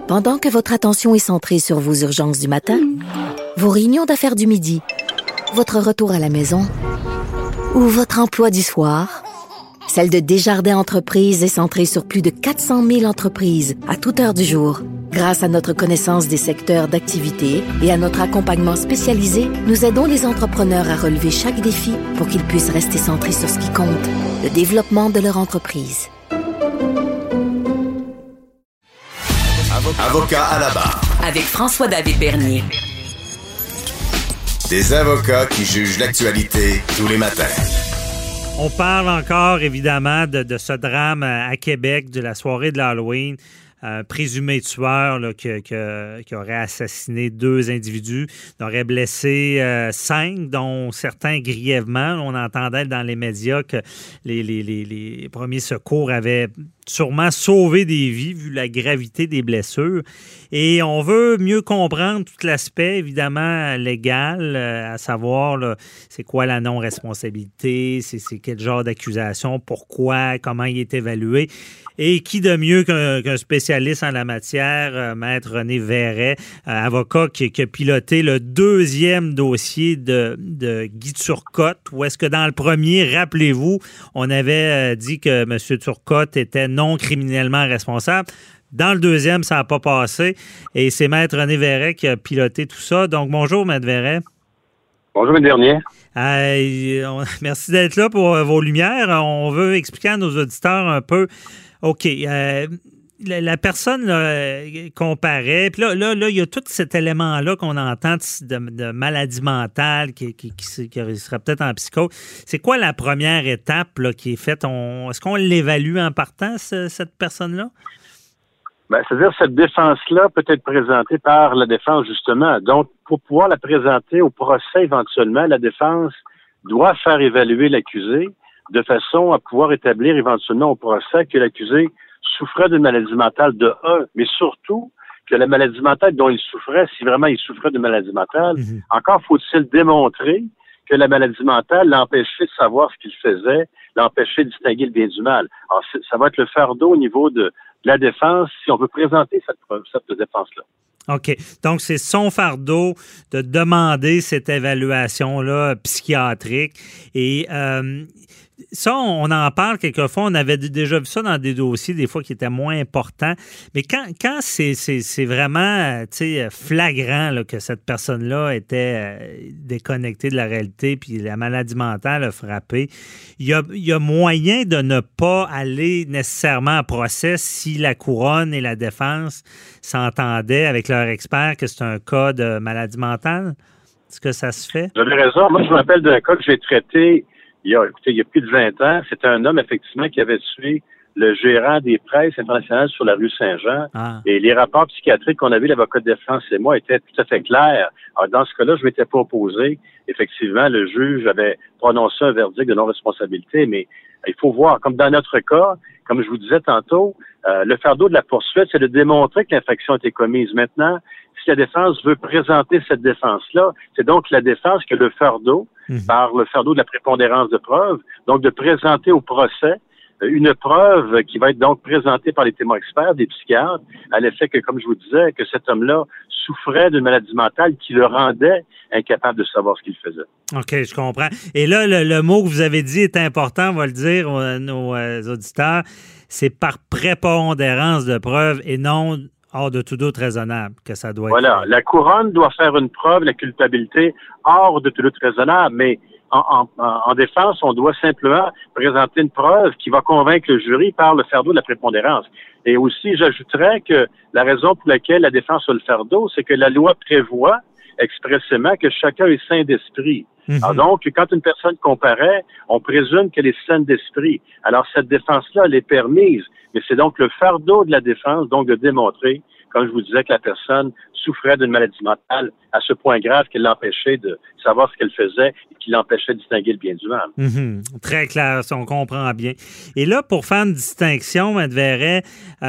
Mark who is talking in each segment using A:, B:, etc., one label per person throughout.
A: Pendant que votre attention est centrée sur vos urgences du matin, vos réunions d'affaires du midi, votre retour à la maison ou votre emploi du soir, celle de Desjardins Entreprises est centrée sur plus de 400 000 entreprises à toute heure du jour. Grâce à notre connaissance des secteurs d'activité et à notre accompagnement spécialisé, nous aidons les entrepreneurs à relever chaque défi pour qu'ils puissent rester centrés sur ce qui compte, le développement de leur entreprise.
B: Avocat à la barre.
C: Avec François-David Bernier.
B: Des avocats qui jugent l'actualité tous les matins.
D: On parle encore, évidemment, de ce drame à Québec, de la soirée de l'Halloween. Présumé tueur là, qui aurait assassiné 2 individus, aurait blessé 5, dont certains grièvement. On entendait dans les médias que les premiers secours avaient sûrement sauvé des vies vu la gravité des blessures. Et on veut mieux comprendre tout l'aspect, évidemment, légal, à savoir là, c'est quoi la non-responsabilité, c'est quel genre d'accusation, pourquoi, comment il est évalué. Et qui de mieux qu'un spécialiste en la matière, Maître René Verret, avocat qui a piloté le 2e dossier de Guy Turcotte, où est-ce que dans le premier, rappelez-vous, on avait dit que M. Turcotte était non criminellement responsable. Dans le 2e, ça n'a pas passé. Et c'est Maître René Verret qui a piloté tout ça. Donc, bonjour, Maître Verret.
E: Bonjour, M. Bernier.
D: Merci d'être là pour vos lumières. On veut expliquer à nos auditeurs un peu. OK. La personne là, comparait, puis là, il y a tout cet élément-là qu'on entend de maladie mentale qui serait peut-être en psychose. C'est quoi la première étape là, qui est faite? Est-ce qu'on l'évalue en partant, cette personne-là?
E: Ben, c'est-à-dire cette défense-là peut être présentée par la défense, justement. Donc, pour pouvoir la présenter au procès éventuellement, la défense doit faire évaluer l'accusé de façon à pouvoir établir éventuellement au procès que l'accusé souffrait d'une maladie mentale de 1, mais surtout que la maladie mentale dont il souffrait, si vraiment il souffrait d'une maladie mentale, encore faut-il démontrer que la maladie mentale l'empêchait de savoir ce qu'il faisait, l'empêchait de distinguer le bien du mal. Alors, ça va être le fardeau au niveau de la défense si on veut présenter cette défense-là.
D: OK. Donc, c'est son fardeau de demander cette évaluation-là psychiatrique. Et ça, on en parle quelquefois. On avait déjà vu ça dans des dossiers, des fois, qui étaient moins importants. Mais quand c'est vraiment flagrant là, que cette personne-là était déconnectée de la réalité puis la maladie mentale a frappé, il y a moyen de ne pas aller nécessairement en procès si la couronne et la défense s'entendaient avec leur expert que c'est un cas de maladie mentale? Est-ce que ça se fait?
E: Vous avez raison. Moi, je me rappelle d'un cas que j'ai traité il y a plus de 20 ans. C'était un homme, effectivement, qui avait tué le gérant des presses internationales sur la rue Saint-Jean. Ah. Et les rapports psychiatriques qu'on avait, l'avocat de défense et moi, étaient tout à fait clairs. Alors, dans ce cas-là, je m'étais pas opposé. Effectivement, le juge avait prononcé un verdict de non-responsabilité, mais il faut voir, comme dans notre cas, comme je vous disais tantôt, le fardeau de la poursuite, c'est de démontrer que l'infraction a été commise. Maintenant, si la défense veut présenter cette défense-là, c'est donc la défense que le fardeau, par le fardeau de la prépondérance de preuve, donc de présenter au procès une preuve qui va être donc présentée par les témoins experts, des psychiatres, à l'effet que, comme je vous disais, que cet homme-là souffrait d'une maladie mentale qui le rendait incapable de savoir ce qu'il faisait.
D: OK, je comprends. Et là, le mot que vous avez dit est important, on va le dire à nos auditeurs, c'est par prépondérance de preuve et non hors de tout doute raisonnable que ça doit être.
E: Voilà, la couronne doit faire une preuve, la culpabilité, hors de tout doute raisonnable, mais en défense, on doit simplement présenter une preuve qui va convaincre le jury par le fardeau de la prépondérance. Et aussi, j'ajouterais que la raison pour laquelle la défense a le fardeau, c'est que la loi prévoit expressément que chacun est sain d'esprit. Alors donc, quand une personne comparaît, on présume qu'elle est saine d'esprit. Alors, cette défense-là, elle est permise, mais c'est donc le fardeau de la défense, donc de démontrer, comme je vous disais, que la personne souffrait d'une maladie mentale à ce point grave qu'elle l'empêchait de savoir ce qu'elle faisait et qui l'empêchait de distinguer le bien du mal.
D: Très clair, ça, on comprend bien. Et là, pour faire une distinction, M. Verret,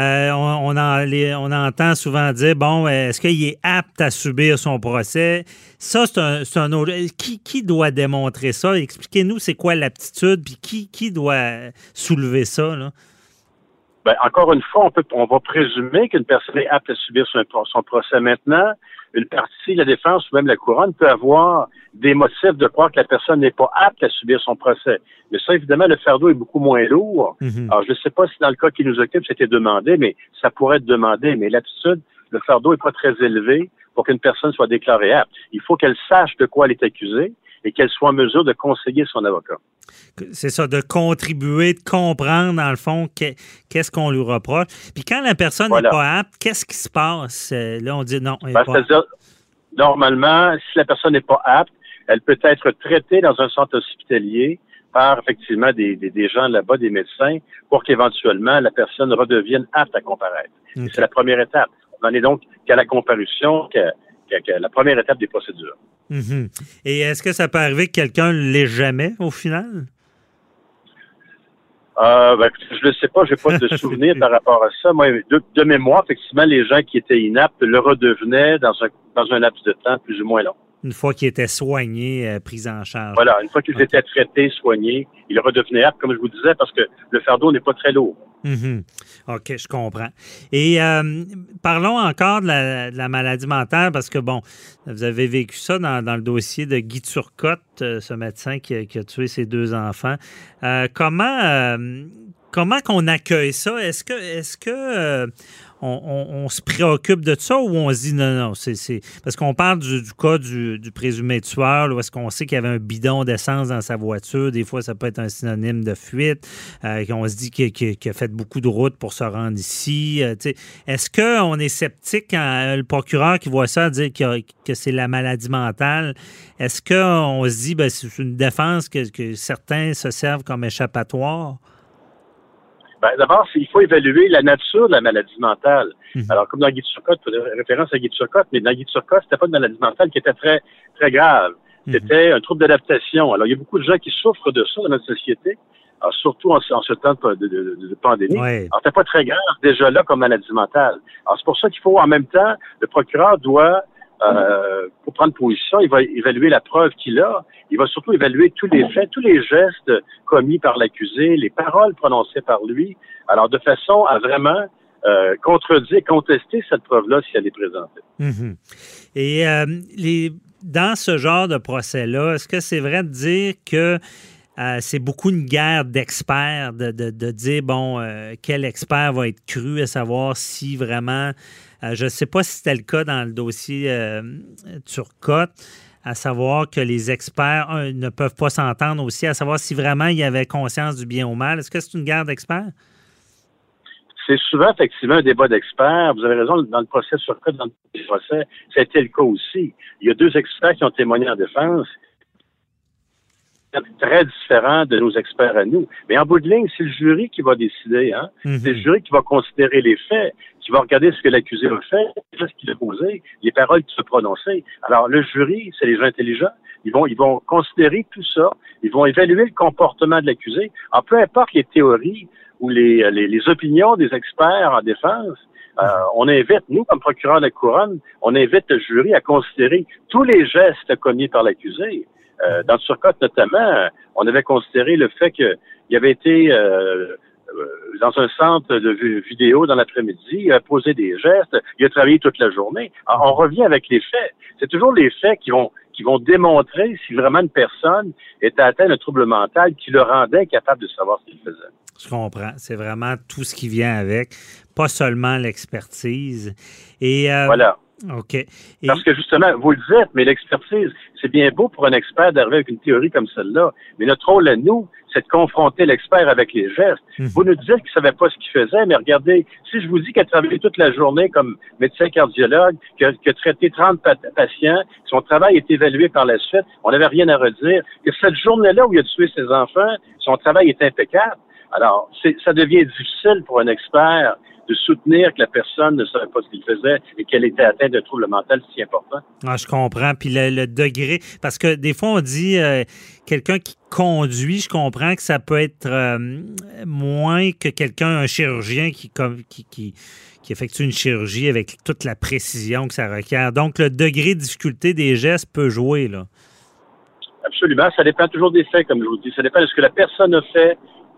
D: on entend souvent dire, bon, est-ce qu'il est apte à subir son procès? Ça, c'est un autre... Qui doit démontrer ça? Expliquez-nous c'est quoi l'aptitude, puis qui doit soulever ça, là?
E: Ben, encore une fois, on va présumer qu'une personne est apte à subir son procès maintenant. Une partie de la défense ou même la couronne peut avoir des motifs de croire que la personne n'est pas apte à subir son procès. Mais ça, évidemment, le fardeau est beaucoup moins lourd. Alors, je ne sais pas si dans le cas qui nous occupe, c'était demandé, mais ça pourrait être demandé. Mais l'attitude, le fardeau n'est pas très élevé pour qu'une personne soit déclarée apte. Il faut qu'elle sache de quoi elle est accusée et qu'elle soit en mesure de conseiller son avocat.
D: C'est ça, de contribuer, de comprendre, dans le fond, qu'est-ce qu'on lui reproche. Puis quand la personne n'est pas apte, qu'est-ce qui se passe? Là, on dit non, elle n'est pas apte.
E: C'est-à-dire, normalement, si la personne n'est pas apte, elle peut être traitée dans un centre hospitalier par, effectivement, des gens là-bas, des médecins, pour qu'éventuellement, la personne redevienne apte à comparaître. Okay. C'est la première étape. On en est donc qu'à la comparution, qu'à la première étape des procédures.
D: Et est-ce que ça peut arriver que quelqu'un ne l'ait jamais, au final?
E: Je ne sais pas, je n'ai pas de souvenir par rapport à ça. Moi, de mémoire, effectivement, les gens qui étaient inaptes le redevenaient dans un laps de temps plus ou moins long.
D: Une fois qu'ils étaient soignés, pris en charge.
E: Voilà, une fois qu'ils étaient traités, soignés, ils redevenaient aptes, comme je vous disais, parce que le fardeau n'est pas très lourd.
D: OK, je comprends. Et parlons encore de la maladie mentale, parce que, bon, vous avez vécu ça dans le dossier de Guy Turcotte, ce médecin qui a tué ses 2 enfants. Comment qu'on accueille ça? Est-ce que on se préoccupe de ça ou on se dit non, c'est parce qu'on parle du cas du présumé tueur, là, où est-ce qu'on sait qu'il y avait un bidon d'essence dans sa voiture. Des fois, ça peut être un synonyme de fuite. On se dit qu'il a fait beaucoup de routes pour se rendre ici. Est-ce qu'on est sceptique quand le procureur qui voit ça dire que c'est la maladie mentale? Est-ce qu'on se dit c'est une défense que certains se servent comme échappatoire?
E: D'abord, il faut évaluer la nature de la maladie mentale. Alors, comme dans Guy Turcotte, je fais référence à Guy Turcotte, mais dans Guy Turcotte, c'était pas une maladie mentale qui était très, très grave. C'était un trouble d'adaptation. Alors, il y a beaucoup de gens qui souffrent de ça dans notre société, alors, surtout en ce temps de pandémie.
D: Ouais.
E: Alors, c'était pas très grave déjà là comme maladie mentale. Alors, c'est pour ça qu'il faut, en même temps, le procureur doit, pour prendre position, il va évaluer la preuve qu'il a. Il va surtout évaluer tous les faits, tous les gestes commis par l'accusé, les paroles prononcées par lui. Alors, de façon à vraiment contredire, contester cette preuve-là si elle est présentée.
D: Et dans ce genre de procès-là, est-ce que c'est vrai de dire que c'est beaucoup une guerre d'experts, de dire, quel expert va être cru, à savoir si vraiment... je ne sais pas si c'était le cas dans le dossier Turcotte, à savoir que les experts ne peuvent pas s'entendre aussi, à savoir si vraiment il y avait conscience du bien ou mal. Est-ce que c'est une guerre d'experts?
E: C'est souvent, effectivement, un débat d'experts. Vous avez raison, dans le procès Turcotte, dans le procès, ça a été le cas aussi. Il y a 2 experts qui ont témoigné en défense. Très différent de nos experts à nous. Mais en bout de ligne, c'est le jury qui va décider. C'est le jury qui va considérer les faits, qui va regarder ce que l'accusé a fait, ce qu'il a posé, les paroles qu'il a prononcées. Alors, le jury, c'est les gens intelligents. Ils vont considérer tout ça. Ils vont évaluer le comportement de l'accusé. Alors, peu importe les théories ou les opinions des experts en défense, on invite, nous, comme procureur de la Couronne, on invite le jury à considérer tous les gestes commis par l'accusé. Dans le Turcotte, notamment, on avait considéré le fait qu'il avait été dans un centre de vidéo dans l'après-midi, il a posé des gestes, il a travaillé toute la journée. Alors, on revient avec les faits. C'est toujours les faits qui vont démontrer si vraiment une personne était atteinte d'un trouble mental qui le rendait incapable de savoir ce qu'il faisait.
D: Je comprends. C'est vraiment tout ce qui vient avec, pas seulement l'expertise. Et
E: voilà.
D: OK.
E: Parce que justement, vous le dites, mais l'expertise, c'est bien beau pour un expert d'arriver avec une théorie comme celle-là. Mais notre rôle à nous, c'est de confronter l'expert avec les gestes. Vous nous dites qu'il ne savait pas ce qu'il faisait, mais regardez, si je vous dis qu'il a travaillé toute la journée comme médecin cardiologue, qu'il a traité 30 patients, son travail est évalué par la suite, on n'avait rien à redire, que cette journée-là où il a tué ses enfants, son travail est impeccable. Alors, ça devient difficile pour un expert de soutenir que la personne ne savait pas ce qu'il faisait et qu'elle était atteinte d'un trouble mental si important.
D: Ah, je comprends. Puis le degré, parce que des fois, on dit quelqu'un qui conduit, je comprends que ça peut être moins que un chirurgien qui effectue une chirurgie avec toute la précision que ça requiert. Donc, le degré de difficulté des gestes peut jouer, là.
E: Absolument. Ça dépend toujours des faits, comme je vous dis. Ça dépend de ce que la personne a fait,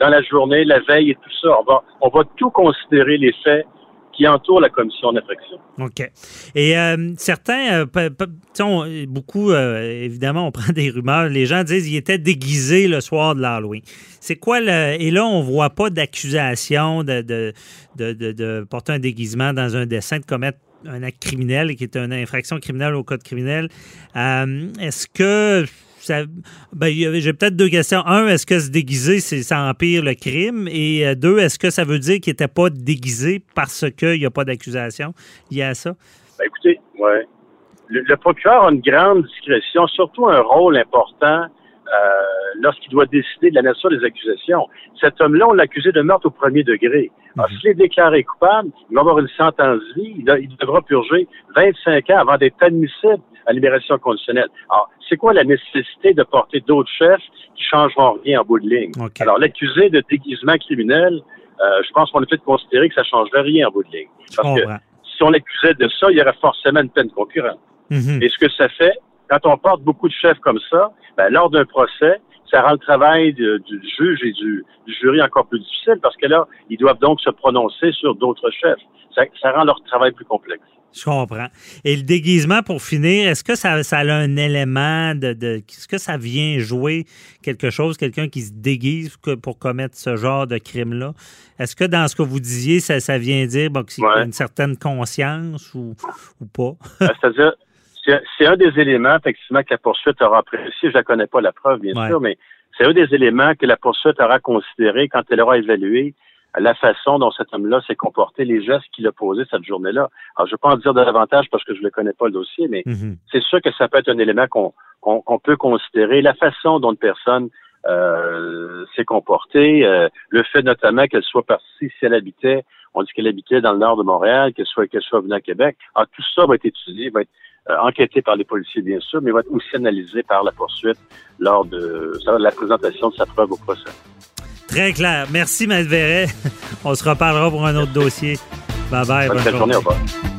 E: dans la journée, la veille et tout ça. On va tout considérer les faits qui entourent la commission d'infraction.
D: OK. Et certains, beaucoup, évidemment, on prend des rumeurs. Les gens disent qu'il était déguisé le soir de l'Halloween. C'est quoi et là, on voit pas d'accusation de porter un déguisement dans un dessein de commettre un acte criminel qui est une infraction criminelle au code criminel. Est-ce que j'ai peut-être deux questions. Un, est-ce que se déguiser, ça empire le crime? Et deux, est-ce que ça veut dire qu'il n'était pas déguisé parce qu'il n'y a pas d'accusation liée à ça?
E: Écoutez, ouais. Le procureur a une grande discrétion, surtout un rôle important lorsqu'il doit décider de la nature des accusations. Cet homme-là, on l'a accusé de meurtre au premier degré. Alors, s'il est déclaré coupable, il va avoir une sentence vie, il devra purger 25 ans avant d'être admissible à libération conditionnelle. Alors, c'est quoi la nécessité de porter d'autres chefs qui changeront rien en bout de ligne? Okay. Alors, l'accusé de déguisement criminel, je pense qu'on a peut-être considéré que ça changerait rien en bout de ligne. Parce que si on l'accusait de ça, il y aurait forcément une peine concurrente. Et ce que ça fait, quand on porte beaucoup de chefs comme ça, lors d'un procès, ça rend le travail du juge et du jury encore plus difficile parce que là, ils doivent donc se prononcer sur d'autres chefs. Ça rend leur travail plus complexe.
D: Je comprends. Et le déguisement, pour finir, est-ce que ça a un élément est-ce que ça vient jouer quelque chose, quelqu'un qui se déguise pour commettre ce genre de crime-là? Est-ce que dans ce que vous disiez, ça vient dire qu'il y a une certaine conscience ou pas?
E: C'est-à-dire, c'est un des éléments, effectivement, que la poursuite aura apprécié. Je ne connais pas la preuve, bien sûr, mais c'est un des éléments que la poursuite aura considéré quand elle aura évalué la façon dont cet homme-là s'est comporté, les gestes qu'il a posés cette journée-là. Alors, je ne vais pas en dire davantage parce que je ne connais pas le dossier, mais c'est sûr que ça peut être un élément qu'on peut considérer. La façon dont une personne s'est comportée, le fait notamment qu'elle soit partie, si elle habitait, on dit qu'elle habitait dans le nord de Montréal, qu'elle soit venue à Québec. Alors, tout ça va être étudié, va être enquêté par les policiers, bien sûr, mais va être aussi analysé par la poursuite lors de la présentation de sa preuve au procès.
D: Très clair. Merci, Maître Verret. On se reparlera pour un autre dossier. Bye-bye.
E: Bonne journée. Au revoir.